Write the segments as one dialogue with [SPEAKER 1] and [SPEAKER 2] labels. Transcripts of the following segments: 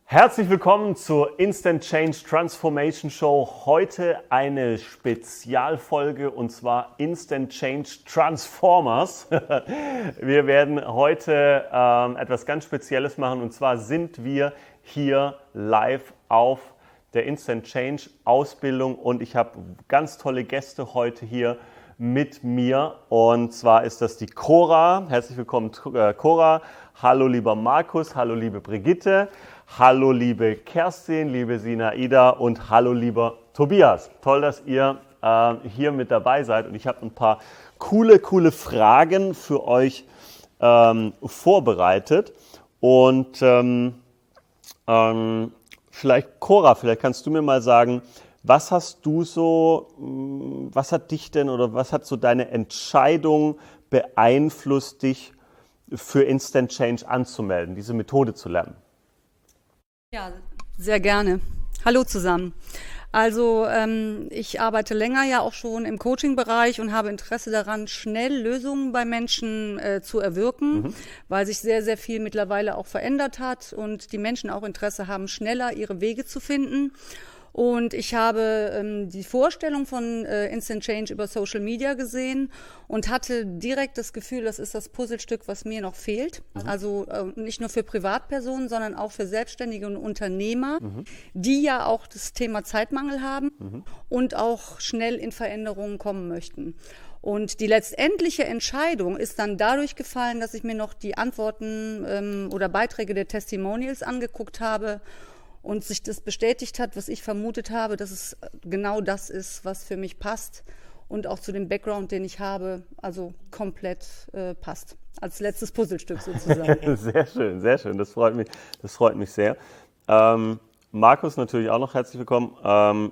[SPEAKER 1] Herzlich willkommen zur Instant Change Transformation Show. Heute eine Spezialfolge und zwar Instant Change Transformers. Wir werden heute etwas ganz Spezielles machen und zwar sind wir hier live auf der Instant Change Ausbildung und ich habe ganz tolle Gäste heute hier mit mir und zwar ist das die Cora. Herzlich willkommen Cora. Hallo lieber Markus, hallo liebe Brigitte. Hallo liebe Kerstin, liebe Sinaida und hallo lieber Tobias. Toll, dass ihr hier mit dabei seid und ich habe ein paar coole Fragen für euch vorbereitet. Und vielleicht Cora, vielleicht kannst du mir mal sagen, was hast du so, was hat dich denn oder was hat so deine Entscheidung beeinflusst, dich für Instant Change anzumelden, diese Methode zu lernen?
[SPEAKER 2] Ja, sehr gerne. Hallo zusammen. Also ich arbeite länger ja auch schon im Coaching-Bereich und habe Interesse daran, schnell Lösungen bei Menschen zu erwirken, weil sich sehr, sehr viel mittlerweile auch verändert hat und die Menschen auch Interesse haben, schneller ihre Wege zu finden. Und ich habe die Vorstellung von Instant Change über Social Media gesehen und hatte direkt das Gefühl, das ist das Puzzlestück, was mir noch fehlt. Also nicht nur für Privatpersonen, sondern auch für Selbstständige und Unternehmer, die ja auch das Thema Zeitmangel haben und auch schnell in Veränderungen kommen möchten. Und die letztendliche Entscheidung ist dann dadurch gefallen, dass ich mir noch die Antworten oder Beiträge der Testimonials angeguckt habe und sich das bestätigt hat, was ich vermutet habe, dass es genau das ist, was für mich passt und auch zu dem Background, den ich habe, also komplett passt. Als letztes Puzzlestück sozusagen.
[SPEAKER 1] Sehr schön. Das freut mich sehr. Markus, natürlich auch noch herzlich willkommen.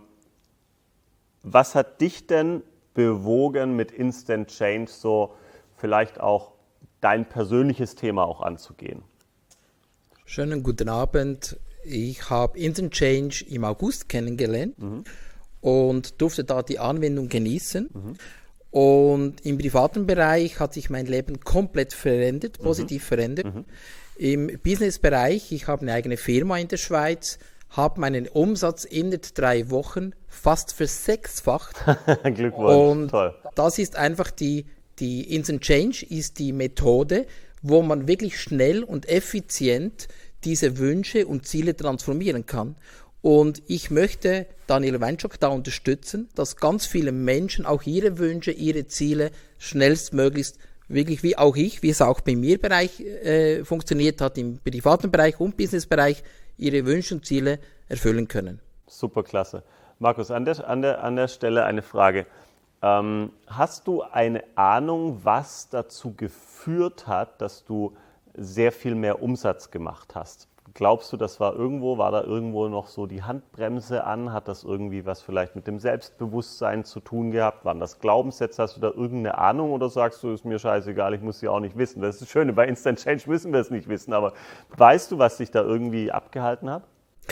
[SPEAKER 1] Was hat dich denn bewogen, mit Instant Change so vielleicht auch dein persönliches Thema auch anzugehen?
[SPEAKER 3] Schönen guten Abend. Ich habe Instant Change im August kennengelernt und durfte da die Anwendung genießen. Und im privaten Bereich hat sich mein Leben komplett verändert, positiv verändert. Im Businessbereich, ich habe eine eigene Firma in der Schweiz, habe meinen Umsatz in 3 Wochen fast versechsfacht.
[SPEAKER 1] Glückwunsch,
[SPEAKER 3] und
[SPEAKER 1] toll.
[SPEAKER 3] Das ist einfach die Instant Change ist die Methode, wo man wirklich schnell und effizient diese Wünsche und Ziele transformieren kann. Und ich möchte Daniel Weinstock da unterstützen, dass ganz viele Menschen auch ihre Wünsche, ihre Ziele schnellstmöglichst, wirklich wie auch ich, wie es auch bei mir Bereich funktioniert hat, im privaten Bereich und Businessbereich, ihre Wünsche und Ziele erfüllen können.
[SPEAKER 1] Super klasse. Markus, an der Stelle eine Frage. Hast du eine Ahnung, was dazu geführt hat, dass du sehr viel mehr Umsatz gemacht hast? Glaubst du, war da irgendwo noch so die Handbremse an? Hat das irgendwie was vielleicht mit dem Selbstbewusstsein zu tun gehabt? Waren das Glaubenssätze? Hast du da irgendeine Ahnung oder sagst du, ist mir scheißegal, ich muss sie auch nicht wissen? Das ist das Schöne, bei Instant Change müssen wir es nicht wissen, aber weißt du, was dich da irgendwie abgehalten hat?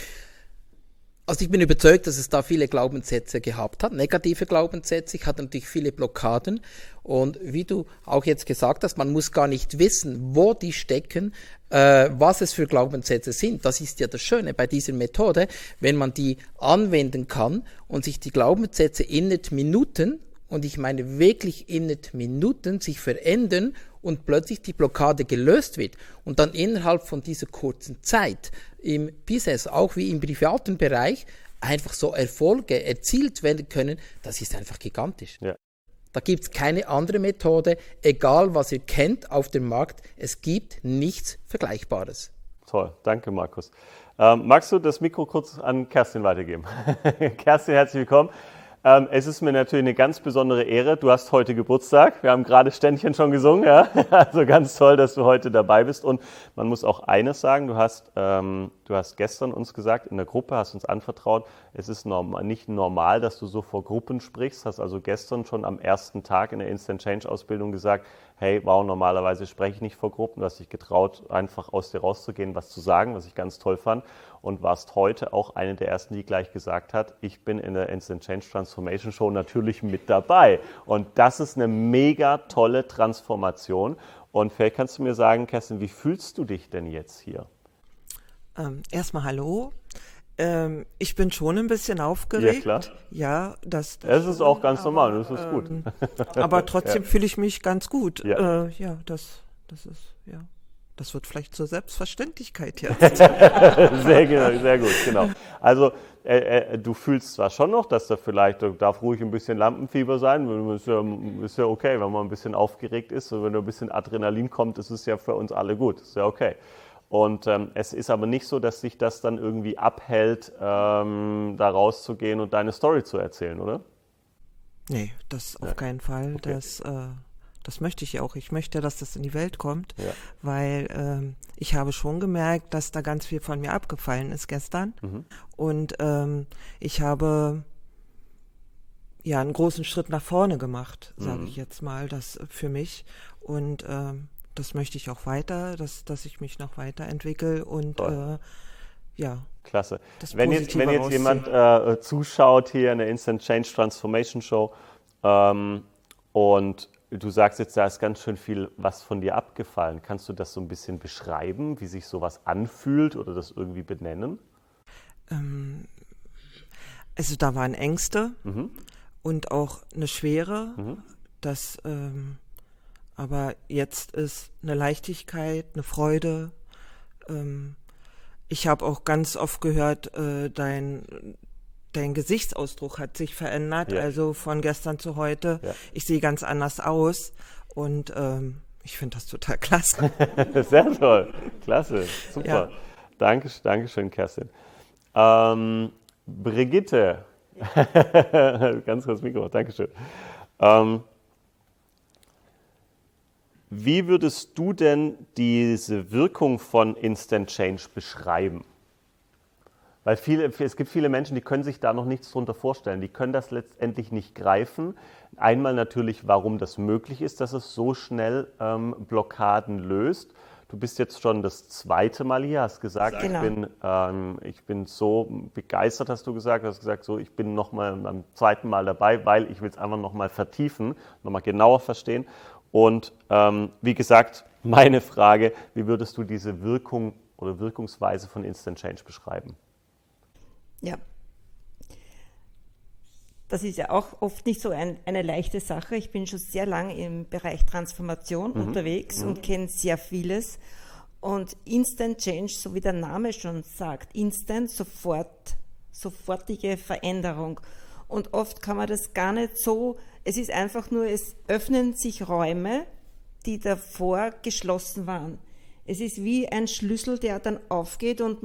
[SPEAKER 3] Also ich bin überzeugt, dass es da viele Glaubenssätze gehabt hat, negative Glaubenssätze. Ich hatte natürlich viele Blockaden und wie du auch jetzt gesagt hast, man muss gar nicht wissen, wo die stecken, was es für Glaubenssätze sind. Das ist ja das Schöne bei dieser Methode, wenn man die anwenden kann und sich die Glaubenssätze in Minuten, und ich meine wirklich in Minuten, sich verändern und plötzlich die Blockade gelöst wird und dann innerhalb von dieser kurzen Zeit im Business, auch wie im privaten Bereich, einfach so Erfolge erzielt werden können, das ist einfach gigantisch.
[SPEAKER 1] Ja.
[SPEAKER 3] Da gibt es keine andere Methode, egal was ihr kennt auf dem Markt, es gibt nichts Vergleichbares.
[SPEAKER 1] Toll, danke Markus. Magst du das Mikro kurz an Kerstin weitergeben? Kerstin, herzlich willkommen. Es ist mir natürlich eine ganz besondere Ehre. Du hast heute Geburtstag. Wir haben gerade Ständchen schon gesungen. Ja? Also ganz toll, dass du heute dabei bist. Und man muss auch eines sagen, du hast gestern uns gesagt, in der Gruppe hast uns anvertraut, es ist nicht normal, dass du so vor Gruppen sprichst. Hast also gestern schon am ersten Tag in der Instant Change Ausbildung gesagt, hey, wow, normalerweise spreche ich nicht vor Gruppen. Du hast dich getraut, einfach aus dir rauszugehen, was zu sagen, was ich ganz toll fand. Und warst heute auch eine der Ersten, die gleich gesagt hat, ich bin in der Instant Change Transformation Show natürlich mit dabei. Und das ist eine mega tolle Transformation. Und vielleicht kannst du mir sagen, Kerstin, wie fühlst du dich denn jetzt hier?
[SPEAKER 4] Erstmal hallo. Ich bin schon ein bisschen aufgeregt.
[SPEAKER 1] Ja, klar.
[SPEAKER 4] Ja, das
[SPEAKER 1] ist auch ganz normal, das ist gut.
[SPEAKER 4] Aber trotzdem fühle ich mich ganz gut.
[SPEAKER 1] Ja.
[SPEAKER 4] Das ist, ja. Das wird vielleicht zur Selbstverständlichkeit jetzt.
[SPEAKER 1] Sehr gut, genau. Also du fühlst zwar schon noch, dass da vielleicht, darf ruhig ein bisschen Lampenfieber sein, ist ja okay, wenn man ein bisschen aufgeregt ist und wenn da ein bisschen Adrenalin kommt, ist es ja für uns alle gut, ist ja okay. Und es ist aber nicht so, dass sich das dann irgendwie abhält, da rauszugehen und deine Story zu erzählen, oder?
[SPEAKER 4] Nee, das auf keinen Fall.
[SPEAKER 1] Okay.
[SPEAKER 4] Das möchte ich auch. Ich möchte, dass das in die Welt kommt,
[SPEAKER 1] Ja.
[SPEAKER 4] weil ich habe schon gemerkt, dass da ganz viel von mir abgefallen ist gestern. Und ich habe ja einen großen Schritt nach vorne gemacht, sage ich jetzt mal, das für mich. Und das möchte ich auch weiter, dass ich mich noch weiterentwickle und ja.
[SPEAKER 1] Klasse.
[SPEAKER 4] Das
[SPEAKER 1] Wenn jetzt
[SPEAKER 4] Positive
[SPEAKER 1] jemand zuschaut hier in der Instant Change Transformation Show und du sagst jetzt, da ist ganz schön viel was von dir abgefallen. Kannst du das so ein bisschen beschreiben, wie sich sowas anfühlt oder das irgendwie benennen?
[SPEAKER 4] Also da waren Ängste und auch eine Schwere, aber jetzt ist eine Leichtigkeit, eine Freude. Ich habe auch ganz oft gehört, dein Gesichtsausdruck hat sich verändert,
[SPEAKER 1] Ja.
[SPEAKER 4] also von gestern zu heute.
[SPEAKER 1] Ja.
[SPEAKER 4] Ich sehe ganz anders aus und ich finde das total klasse.
[SPEAKER 1] Sehr toll, klasse, super.
[SPEAKER 4] Ja.
[SPEAKER 1] Dankeschön, Kerstin. Brigitte, ganz kurz Mikro, Dankeschön. Wie würdest du denn diese Wirkung von Instant Change beschreiben? Weil es gibt viele Menschen, die können sich da noch nichts drunter vorstellen. Die können das letztendlich nicht greifen. Einmal natürlich, warum das möglich ist, dass es so schnell Blockaden löst. Du bist jetzt schon das zweite Mal hier, hast gesagt,
[SPEAKER 4] Genau.
[SPEAKER 1] ich bin so begeistert, hast du gesagt, so, ich bin nochmal beim zweiten Mal dabei, weil ich will es einfach nochmal vertiefen, nochmal genauer verstehen. Und wie gesagt, meine Frage, wie würdest du diese Wirkung oder Wirkungsweise von Instant Change beschreiben?
[SPEAKER 5] Ja, das ist ja auch oft nicht so eine leichte Sache. Ich bin schon sehr lange im Bereich Transformation unterwegs und kenne sehr vieles. Und Instant Change, so wie der Name schon sagt, Instant, sofortige Veränderung. Und oft kann man das gar nicht so, es ist einfach nur, es öffnen sich Räume, die davor geschlossen waren. Es ist wie ein Schlüssel, der dann aufgeht und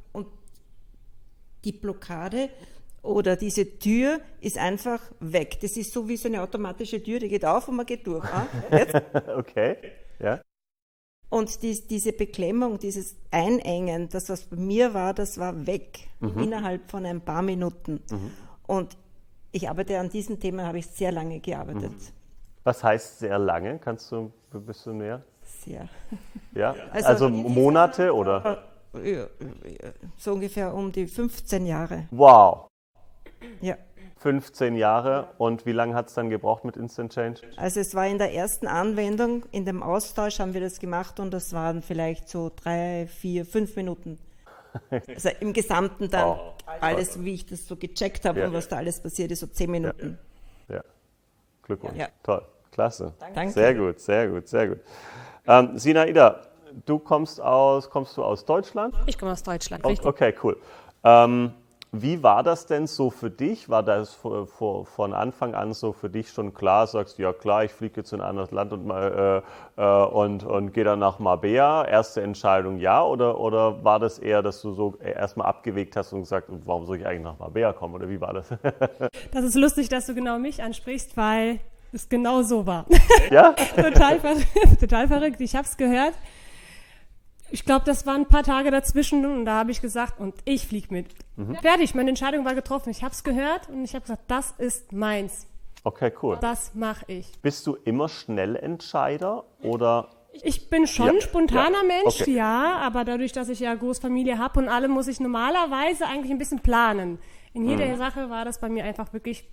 [SPEAKER 5] die Blockade oder diese Tür ist einfach weg. Das ist so wie so eine automatische Tür, die geht auf und man geht durch. Jetzt?
[SPEAKER 1] Okay, ja.
[SPEAKER 5] Und diese Beklemmung, dieses Einengen, das was bei mir war, das war weg innerhalb von ein paar Minuten. Und ich arbeite an diesem Thema, habe ich sehr lange gearbeitet.
[SPEAKER 1] Was heißt sehr lange? Kannst du ein bisschen mehr?
[SPEAKER 5] Sehr.
[SPEAKER 1] Ja, also Monate oder?
[SPEAKER 5] So ungefähr um die 15 Jahre.
[SPEAKER 1] Wow,
[SPEAKER 5] Ja.
[SPEAKER 1] 15 Jahre. Und wie lange hat es dann gebraucht mit Instant Change?
[SPEAKER 5] Also es war in der ersten Anwendung, in dem Austausch haben wir das gemacht und das waren vielleicht so 3, 4, 5 Minuten. Also im Gesamten dann
[SPEAKER 1] Wow.
[SPEAKER 5] alles, wie ich das so gecheckt habe
[SPEAKER 1] Ja.
[SPEAKER 5] und was da alles passiert ist, so 10 Minuten.
[SPEAKER 1] Ja, Glückwunsch.
[SPEAKER 5] Ja.
[SPEAKER 1] Toll, klasse.
[SPEAKER 5] Danke.
[SPEAKER 1] Sehr gut, sehr gut, sehr gut. Sinaida, du kommst du aus Deutschland?
[SPEAKER 6] Ich komme aus Deutschland, richtig.
[SPEAKER 1] Okay, cool. Wie war das denn so für dich? War das von Anfang an so für dich schon klar? Sagst du, ja klar, ich fliege jetzt in ein anderes Land und gehe dann nach Marbella. Erste Entscheidung ja? Oder war das eher, dass du so erstmal abgewegt hast und gesagt, warum soll ich eigentlich nach Marbella kommen? Oder wie war das?
[SPEAKER 6] Das ist lustig, dass du genau mich ansprichst, weil es genau so war.
[SPEAKER 1] Ja?
[SPEAKER 6] Total verrückt. Ich habe es gehört. Ich glaube, das waren ein paar Tage dazwischen und da habe ich gesagt, und ich fliege mit. Fertig, meine Entscheidung war getroffen. Ich habe es gehört und ich habe gesagt, das ist meins.
[SPEAKER 1] Okay, cool.
[SPEAKER 6] Das mache ich.
[SPEAKER 1] Bist du immer Schnellentscheider oder?
[SPEAKER 6] Ich bin schon
[SPEAKER 1] Ja,
[SPEAKER 6] ein spontaner
[SPEAKER 1] ja,
[SPEAKER 6] Mensch,
[SPEAKER 1] okay.
[SPEAKER 6] ja, aber dadurch, dass ich ja Großfamilie habe und alle, muss ich normalerweise eigentlich ein bisschen planen. In jeder Sache war das bei mir einfach wirklich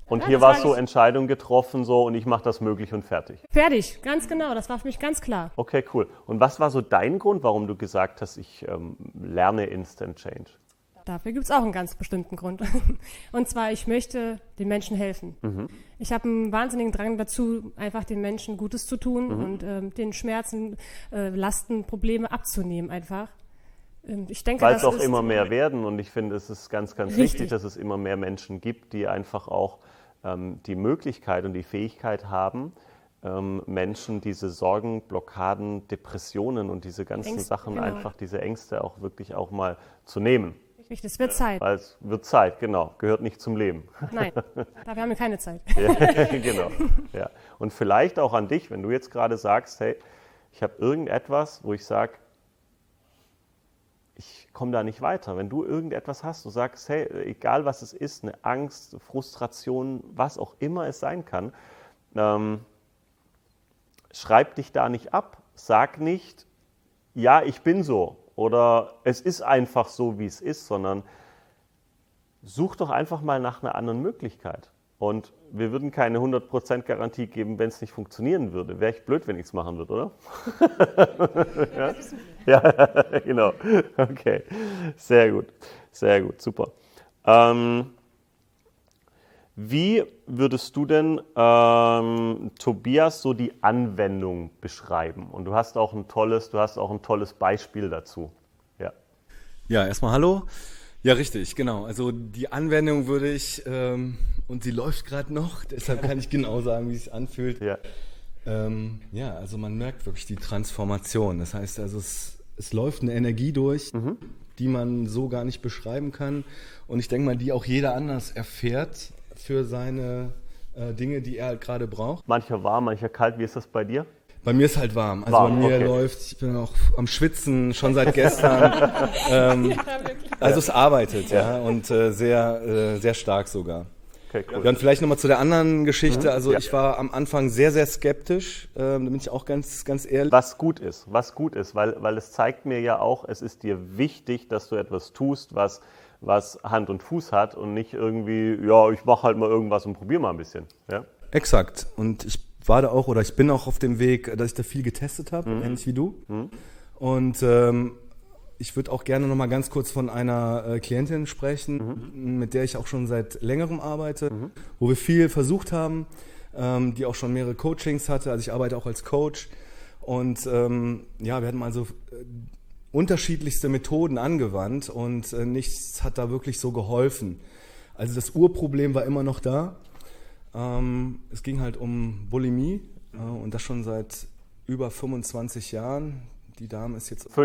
[SPEAKER 1] Und
[SPEAKER 6] Ja,
[SPEAKER 1] hier
[SPEAKER 6] das
[SPEAKER 1] war
[SPEAKER 6] war
[SPEAKER 1] so
[SPEAKER 6] ich-
[SPEAKER 1] Entscheidung getroffen so und ich mache das möglich und fertig.
[SPEAKER 6] Fertig, ganz genau. Das war für mich ganz klar.
[SPEAKER 1] Okay, cool. Und was war so dein Grund, warum du gesagt hast, ich lerne Instant Change?
[SPEAKER 6] Dafür gibt es auch einen ganz bestimmten Grund. Und zwar, ich möchte den Menschen helfen. Ich habe einen wahnsinnigen Drang dazu, einfach den Menschen Gutes zu tun und den Schmerzen, Lasten, Probleme abzunehmen einfach. Ich denke,
[SPEAKER 1] Weil es
[SPEAKER 6] das
[SPEAKER 1] auch
[SPEAKER 6] ist
[SPEAKER 1] immer mehr werden und ich finde, es ist ganz, ganz
[SPEAKER 6] Richtig.
[SPEAKER 1] wichtig, dass es immer mehr Menschen gibt, die einfach auch die Möglichkeit und die Fähigkeit haben, Menschen diese Sorgen, Blockaden, Depressionen und diese ganzen
[SPEAKER 6] Ängste,
[SPEAKER 1] Sachen
[SPEAKER 6] genau.
[SPEAKER 1] einfach, diese Ängste auch wirklich auch mal zu nehmen.
[SPEAKER 6] richtig, es wird Zeit.
[SPEAKER 1] Weil es wird Zeit, genau, gehört nicht zum Leben.
[SPEAKER 6] Nein, dafür haben wir keine Zeit.
[SPEAKER 1] Ja, genau. Ja. Und vielleicht auch an dich, wenn du jetzt gerade sagst, hey, ich habe irgendetwas, wo ich sage, ich komme da nicht weiter. Wenn du irgendetwas hast, du sagst, hey, egal was es ist, eine Angst, Frustration, was auch immer es sein kann, schreib dich da nicht ab. Sag nicht, ja, ich bin so oder es ist einfach so, wie es ist, sondern such doch einfach mal nach einer anderen Möglichkeit. Und wir würden keine 100% Garantie geben, wenn es nicht funktionieren würde. Wäre echt blöd, wenn ich es machen würde, oder? Ja, genau. Okay, sehr gut, super. Wie würdest du denn, Tobias, so die Anwendung beschreiben? Und du hast auch ein tolles Beispiel dazu. Ja.
[SPEAKER 7] Ja, erstmal hallo. Ja, richtig, genau. Also die Anwendung würde ich, und sie läuft gerade noch, deshalb kann ich genau sagen, wie es sich anfühlt.
[SPEAKER 1] Ja.
[SPEAKER 7] Ja, also man merkt wirklich die Transformation. Das heißt, also es läuft eine Energie durch, die man so gar nicht beschreiben kann. Und ich denke mal, die auch jeder anders erfährt für seine Dinge, die er halt gerade braucht.
[SPEAKER 1] Mancher warm, mancher kalt. Wie ist das bei dir?
[SPEAKER 7] Bei mir ist halt warm. Also
[SPEAKER 1] Warm,
[SPEAKER 7] bei mir
[SPEAKER 1] okay.
[SPEAKER 7] läuft, ich bin auch am Schwitzen schon seit gestern. Also es arbeitet, ja, und sehr stark sogar.
[SPEAKER 1] Okay, cool.
[SPEAKER 7] Ja, und vielleicht nochmal zu der anderen Geschichte. Also
[SPEAKER 1] Ja.
[SPEAKER 7] ich war am Anfang sehr, sehr skeptisch. Da bin ich auch ganz ehrlich.
[SPEAKER 1] Was gut ist, weil es zeigt mir ja auch, es ist dir wichtig, dass du etwas tust, was Hand und Fuß hat und nicht irgendwie, ja, ich mache halt mal irgendwas und probiere mal ein bisschen. Ja?
[SPEAKER 7] Exakt. Und ich war da auch, oder ich bin auch auf dem Weg, dass ich da viel getestet habe, ähnlich wie du. Und ich würde auch gerne nochmal ganz kurz von einer Klientin sprechen, mit der ich auch schon seit längerem arbeite, wo wir viel versucht haben, die auch schon mehrere Coachings hatte. Also ich arbeite auch als Coach. Und ja, wir hatten also unterschiedlichste Methoden angewandt und nichts hat da wirklich so geholfen. Also das Urproblem war immer noch da. Es ging halt um Bulimie und das schon seit über 25 Jahren. Die Dame ist jetzt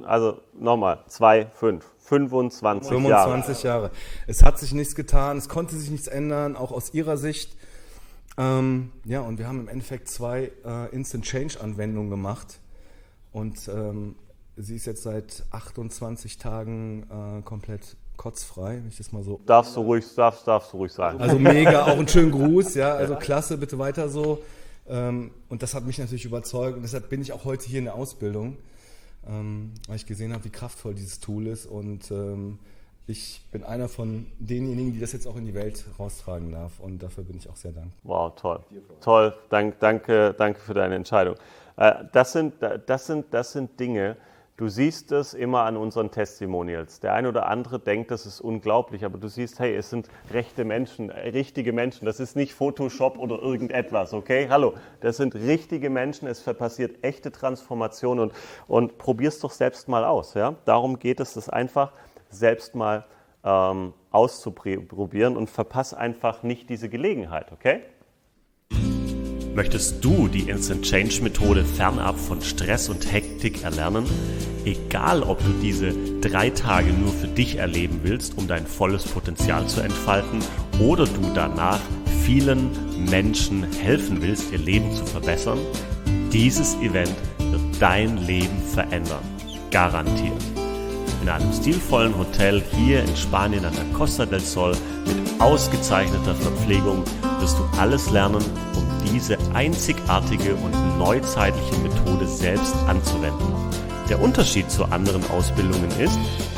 [SPEAKER 1] 25 Jahre.
[SPEAKER 7] Es hat sich nichts getan, es konnte sich nichts ändern, auch aus ihrer Sicht. Ja, und wir haben im Endeffekt 2 Instant Change Anwendungen gemacht und sie ist jetzt seit 28 Tagen komplett kotzfrei, wenn ich das mal so.
[SPEAKER 1] Darfst du ruhig sagen.
[SPEAKER 7] Also mega, auch einen schönen Gruß, ja, also klasse, bitte weiter so. Und das hat mich natürlich überzeugt und deshalb bin ich auch heute hier in der Ausbildung, weil ich gesehen habe, wie kraftvoll dieses Tool ist und ich bin einer von denjenigen, die das jetzt auch in die Welt raustragen darf und dafür bin ich auch sehr dankbar.
[SPEAKER 1] Wow, toll. Danke für deine Entscheidung. Das sind Dinge, du siehst es immer an unseren Testimonials. Der eine oder andere denkt, das ist unglaublich, aber du siehst, hey, es sind richtige Menschen. Das ist nicht Photoshop oder irgendetwas, okay? Hallo, das sind richtige Menschen, es passiert echte Transformation und probier's doch selbst mal aus. Ja? Darum geht es, das einfach selbst mal auszuprobieren und verpass einfach nicht diese Gelegenheit, okay?
[SPEAKER 8] Möchtest du die Instant Change Methode fernab von Stress und Hektik erlernen? Egal, ob du diese 3 Tage nur für dich erleben willst, um dein volles Potenzial zu entfalten, oder du danach vielen Menschen helfen willst, ihr Leben zu verbessern, dieses Event wird dein Leben verändern. Garantiert. In einem stilvollen Hotel hier in Spanien an der Costa del Sol mit ausgezeichneter Verpflegung wirst du alles lernen, um diese einzigartige und neuzeitliche Methode selbst anzuwenden. Der Unterschied zu anderen Ausbildungen ist, dass du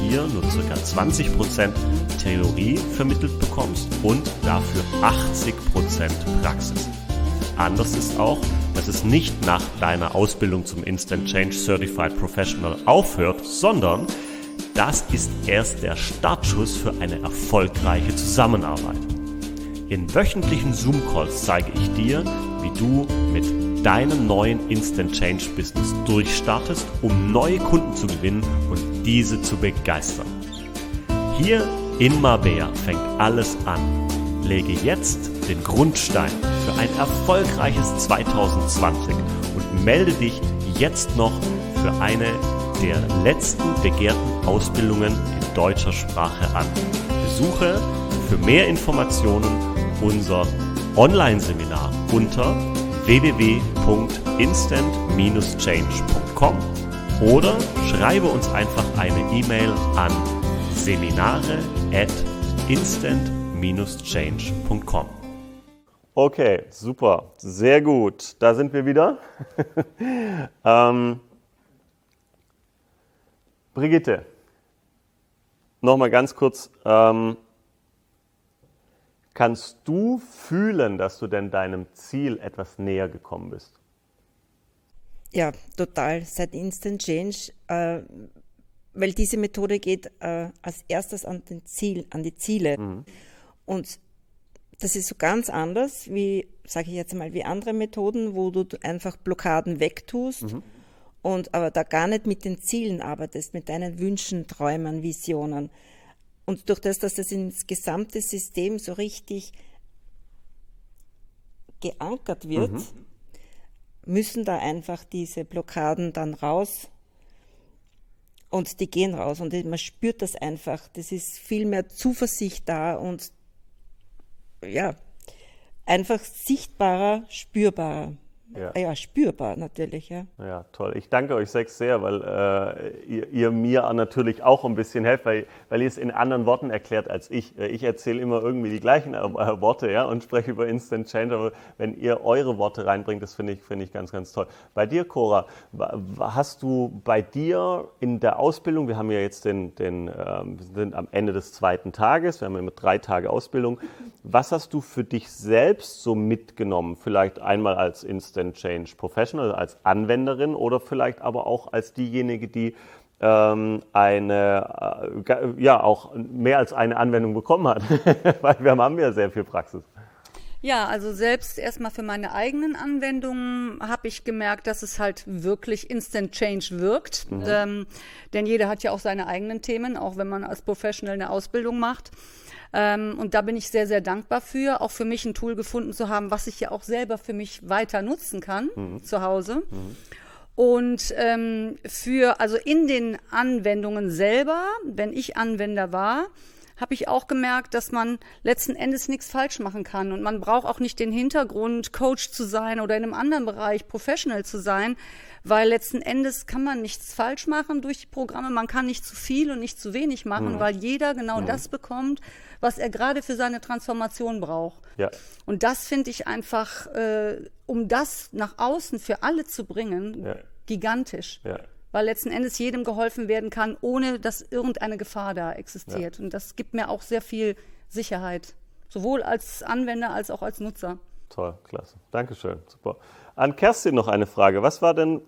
[SPEAKER 8] hier nur ca. 20% Theorie vermittelt bekommst und dafür 80% Praxis. Anders ist auch, dass es nicht nach deiner Ausbildung zum Instant Change Certified Professional aufhört, sondern das ist erst der Startschuss für eine erfolgreiche Zusammenarbeit. In wöchentlichen Zoom-Calls zeige ich dir, wie du mit deinem neuen Instant Change Business durchstartest, um neue Kunden zu gewinnen und diese zu begeistern. Hier in Marbella fängt alles an. Lege jetzt den Grundstein für ein erfolgreiches 2020 und melde dich jetzt noch für eine der letzten begehrten Ausbildungen in deutscher Sprache an. Besuche für mehr Informationen unser Online-Seminar unter www.instant-change.com oder schreibe uns einfach eine E-Mail an seminare@instant-change.com.
[SPEAKER 1] Okay, super, sehr gut. Da sind wir wieder. Brigitte, nochmal ganz kurz. Kannst du fühlen, dass du denn deinem Ziel etwas näher gekommen bist?
[SPEAKER 5] Ja, total. Seit Instant Change, weil diese Methode geht als erstes an die Ziele. Mhm. Und das ist so ganz anders, wie, sage ich jetzt mal, wie andere Methoden, wo du einfach Blockaden wegtust und aber da gar nicht mit den Zielen arbeitest, mit deinen Wünschen, Träumen, Visionen. Und durch das, dass das ins gesamte System so richtig geankert wird, müssen da einfach diese Blockaden dann raus. Und die gehen raus. Und man spürt das einfach. Das ist viel mehr Zuversicht da und ja, einfach sichtbarer, spürbarer. Ja, spürbar natürlich, ja.
[SPEAKER 1] Ja, toll. Ich danke euch 6 sehr, weil ihr mir natürlich auch ein bisschen helft, weil ihr es in anderen Worten erklärt als ich. Ich erzähle immer irgendwie die gleichen Worte, ja, und spreche über Instant Change, aber wenn ihr eure Worte reinbringt, das finde ich ganz, ganz toll. Bei dir, Cora, hast du bei dir in der Ausbildung, wir haben ja jetzt wir sind am Ende des 2. Tages, wir haben ja immer 3 Tage Ausbildung, was hast du für dich selbst so mitgenommen? Vielleicht einmal als Instant Change Professional, als Anwenderin oder vielleicht aber auch als diejenige, die auch mehr als eine Anwendung bekommen hat, weil wir haben ja sehr viel Praxis.
[SPEAKER 2] Ja, also selbst erstmal für meine eigenen Anwendungen habe ich gemerkt, dass es halt wirklich Instant Change wirkt, denn jeder hat ja auch seine eigenen Themen, auch wenn man als Professional eine Ausbildung macht. Und da bin ich sehr, sehr dankbar für, auch für mich ein Tool gefunden zu haben, was ich ja auch selber für mich weiter nutzen kann zu Hause. Und also in den Anwendungen selber, wenn ich Anwender war, habe ich auch gemerkt, dass man letzten Endes nichts falsch machen kann. Und man braucht auch nicht den Hintergrund, Coach zu sein oder in einem anderen Bereich Professional zu sein, weil letzten Endes kann man nichts falsch machen durch die Programme. Man kann nicht zu viel und nicht zu wenig machen, weil jeder genau das bekommt, was er gerade für seine Transformation braucht. Ja. Und das finde ich einfach, um das nach außen für alle zu bringen, gigantisch. Ja. Weil letzten Endes jedem geholfen werden kann, ohne dass irgendeine Gefahr da existiert. Ja. Und das gibt mir auch sehr viel Sicherheit, sowohl als Anwender als auch als Nutzer.
[SPEAKER 1] Toll, klasse. Dankeschön, super. An Kerstin noch eine Frage. Was war denn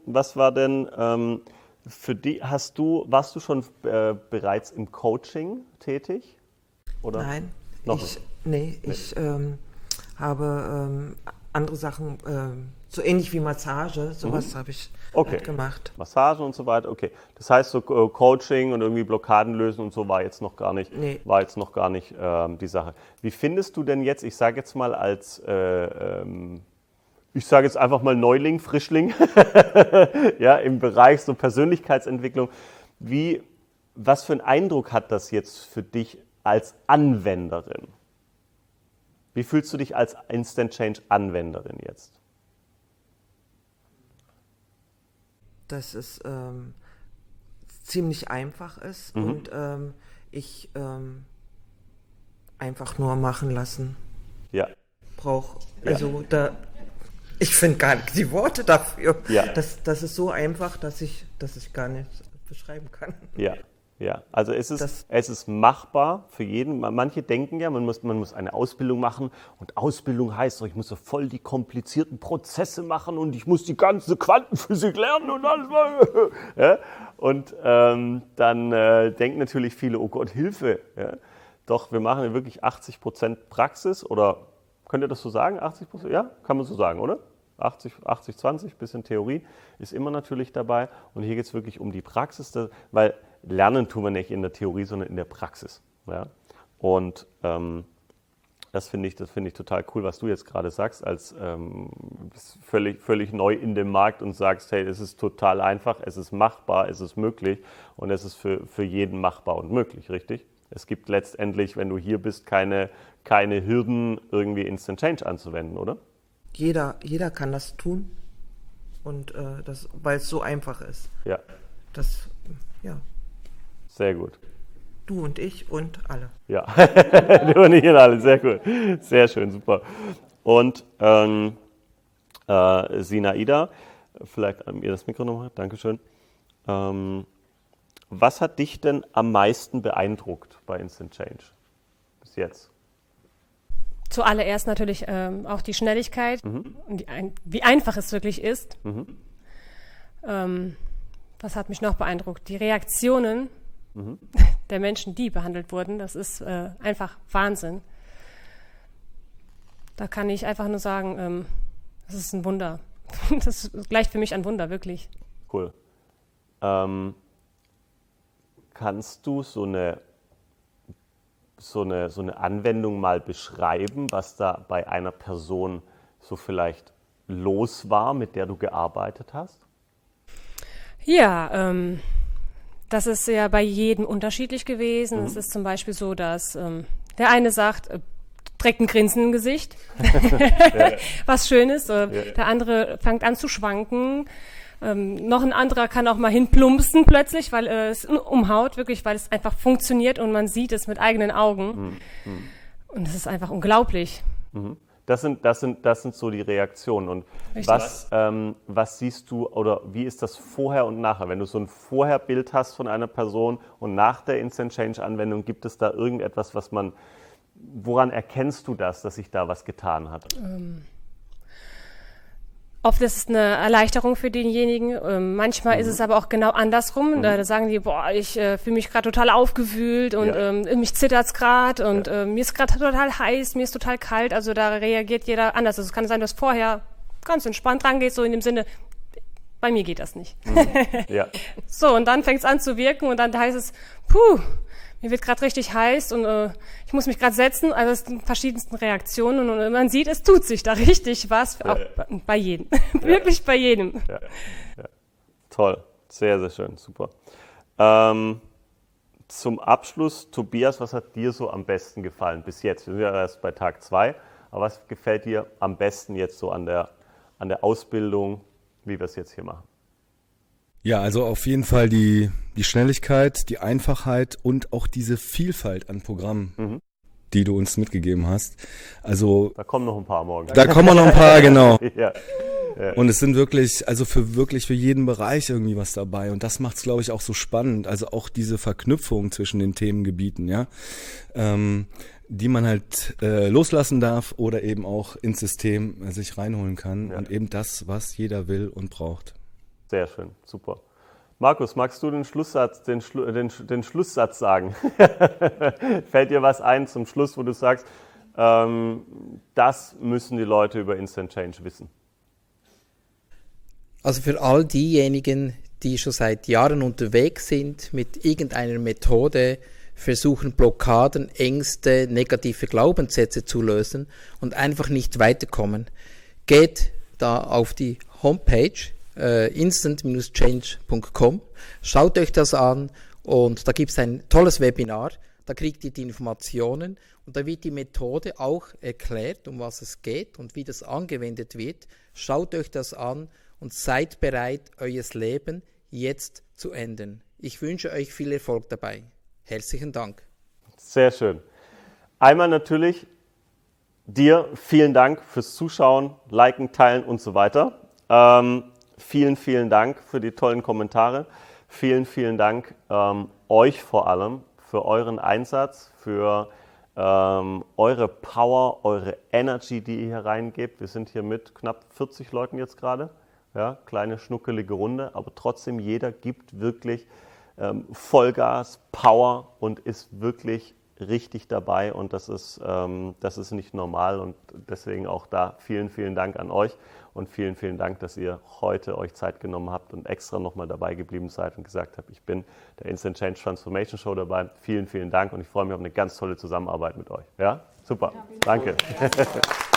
[SPEAKER 1] für die, warst du schon bereits im Coaching tätig? Oder?
[SPEAKER 4] Nein, ich habe andere Sachen, so ähnlich wie Massage, sowas habe ich halt gemacht.
[SPEAKER 1] Massage und so weiter, okay. Das heißt, so Coaching und irgendwie Blockaden lösen und so war jetzt noch gar nicht, die Sache. Wie findest du denn jetzt, ich sage jetzt mal als, ich sage jetzt einfach mal Neuling, Frischling, ja, im Bereich so Persönlichkeitsentwicklung, was für einen Eindruck hat das jetzt für dich als Anwenderin? Wie fühlst du dich als Instant Change Anwenderin jetzt?
[SPEAKER 4] Dass es ziemlich einfach ist und ich einfach nur machen lassen brauche. Also ich finde gar nicht die Worte dafür. Ja. Das ist so einfach, dass ich gar nicht beschreiben kann.
[SPEAKER 1] Ja. Ja, also es ist machbar für jeden. Manche denken ja, man muss eine Ausbildung machen und Ausbildung heißt, ich muss so voll die komplizierten Prozesse machen und ich muss die ganze Quantenphysik lernen und alles. Ja? Und dann denken natürlich viele, oh Gott, Hilfe. Ja? Doch wir machen ja wirklich 80% Praxis oder könnt ihr das so sagen? 80%? Ja, kann man so sagen, oder? 80-20, bisschen Theorie ist immer natürlich dabei. Und hier geht es wirklich um die Praxis, weil Lernen tun wir nicht in der Theorie, sondern in der Praxis. Ja? Und das finde ich total cool, was du jetzt gerade sagst, als völlig neu in dem Markt und sagst, hey, es ist total einfach, es ist machbar, es ist möglich und es ist für jeden machbar und möglich, richtig? Es gibt letztendlich, wenn du hier bist, keine Hürden, irgendwie Instant Change anzuwenden, oder?
[SPEAKER 4] Jeder kann das tun und weil es so einfach ist.
[SPEAKER 1] Ja.
[SPEAKER 4] Ja.
[SPEAKER 1] Sehr gut.
[SPEAKER 4] Du und ich und alle.
[SPEAKER 1] Ja, du und ich und alle, sehr gut. Sehr schön, super. Und Sinaida, vielleicht an mir das Mikro nochmal, Dankeschön. Was hat dich denn am meisten beeindruckt bei Instant Change bis jetzt?
[SPEAKER 6] Zuallererst natürlich auch die Schnelligkeit und wie einfach es wirklich ist. Was hat mich noch beeindruckt? Die Reaktionen der Menschen, die behandelt wurden. Das ist einfach Wahnsinn. Da kann ich einfach nur sagen, das ist ein Wunder. Das gleicht für mich ein Wunder, wirklich.
[SPEAKER 1] Cool. Kannst du so eine Anwendung mal beschreiben, was da bei einer Person so vielleicht los war, mit der du gearbeitet hast?
[SPEAKER 6] Ja, das ist ja bei jedem unterschiedlich gewesen. Es ist zum Beispiel so, dass der eine sagt, trägt ein Grinsen im Gesicht, was schön ist. Der andere fängt an zu schwanken. Noch ein anderer kann auch mal hinplumpsen plötzlich, weil es umhaut, wirklich, weil es einfach funktioniert und man sieht es mit eigenen Augen. Und es ist einfach unglaublich.
[SPEAKER 1] Das sind so die Reaktionen. Und was siehst du oder wie ist das vorher und nachher? Wenn du so ein Vorherbild hast von einer Person und nach der Instant Change Anwendung, gibt es da irgendetwas, woran erkennst du das, dass sich da was getan hat?
[SPEAKER 6] Oft ist es eine Erleichterung für denjenigen. Manchmal ist es aber auch genau andersrum. Da sagen die, ich fühle mich gerade total aufgewühlt und mich zittert's gerade und mir ist gerade total heiß, mir ist total kalt. Also da reagiert jeder anders. Also es kann sein, dass vorher ganz entspannt rangehst, so in dem Sinne, bei mir geht das nicht.
[SPEAKER 1] Ja.
[SPEAKER 6] So, und dann fängt es an zu wirken und dann heißt es, mir wird gerade richtig heiß und ich muss mich gerade setzen. Also es sind verschiedensten Reaktionen und man sieht, es tut sich da richtig was, auch bei jedem. Wirklich bei jedem.
[SPEAKER 1] Ja. Toll, sehr, sehr schön, super. Zum Abschluss, Tobias, was hat dir so am besten gefallen bis jetzt? Wir sind ja erst bei Tag 2, aber was gefällt dir am besten jetzt so an der Ausbildung, wie wir es jetzt hier machen?
[SPEAKER 7] Ja, also auf jeden Fall die Schnelligkeit, die Einfachheit und auch diese Vielfalt an Programmen, die du uns mitgegeben hast. Also
[SPEAKER 1] da kommen noch ein paar morgen.
[SPEAKER 7] Da kommen noch ein paar, genau.
[SPEAKER 1] Ja.
[SPEAKER 7] Und es sind wirklich, also für jeden Bereich irgendwie was dabei. Und das macht es, glaube ich, auch so spannend. Also auch diese Verknüpfung zwischen den Themengebieten, ja, die man halt loslassen darf oder eben auch ins System sich reinholen kann. Ja. Und eben das, was jeder will und braucht.
[SPEAKER 1] Sehr schön, super. Markus, magst du den Schlusssatz sagen? Fällt dir was ein zum Schluss, wo du sagst, das müssen die Leute über Instant Change wissen?
[SPEAKER 3] Also für all diejenigen, die schon seit Jahren unterwegs sind, mit irgendeiner Methode versuchen, Blockaden, Ängste, negative Glaubenssätze zu lösen und einfach nicht weiterkommen, geht da auf die Homepage instant-change.com. Schaut euch das an und da gibt es ein tolles Webinar, da kriegt ihr die Informationen und da wird die Methode auch erklärt, um was es geht und wie das angewendet wird. Schaut euch das an und seid bereit, euer Leben jetzt zu ändern. Ich wünsche euch viel Erfolg dabei. Herzlichen Dank.
[SPEAKER 1] Sehr schön. Einmal natürlich dir vielen Dank fürs Zuschauen, Liken, Teilen und so weiter. Vielen, vielen Dank für die tollen Kommentare. Vielen, vielen Dank euch vor allem für euren Einsatz, für eure Power, eure Energy, die ihr hier reingebt. Wir sind hier mit knapp 40 Leuten jetzt gerade. Ja, kleine, schnuckelige Runde, aber trotzdem jeder gibt wirklich Vollgas, Power und ist wirklich richtig dabei und das ist nicht normal und deswegen auch da vielen, vielen Dank an euch und vielen, vielen Dank, dass ihr heute euch Zeit genommen habt und extra nochmal dabei geblieben seid und gesagt habt, ich bin der Instant Change Transformation Show dabei. Vielen, vielen Dank und ich freue mich auf eine ganz tolle Zusammenarbeit mit euch. Ja, super. Danke.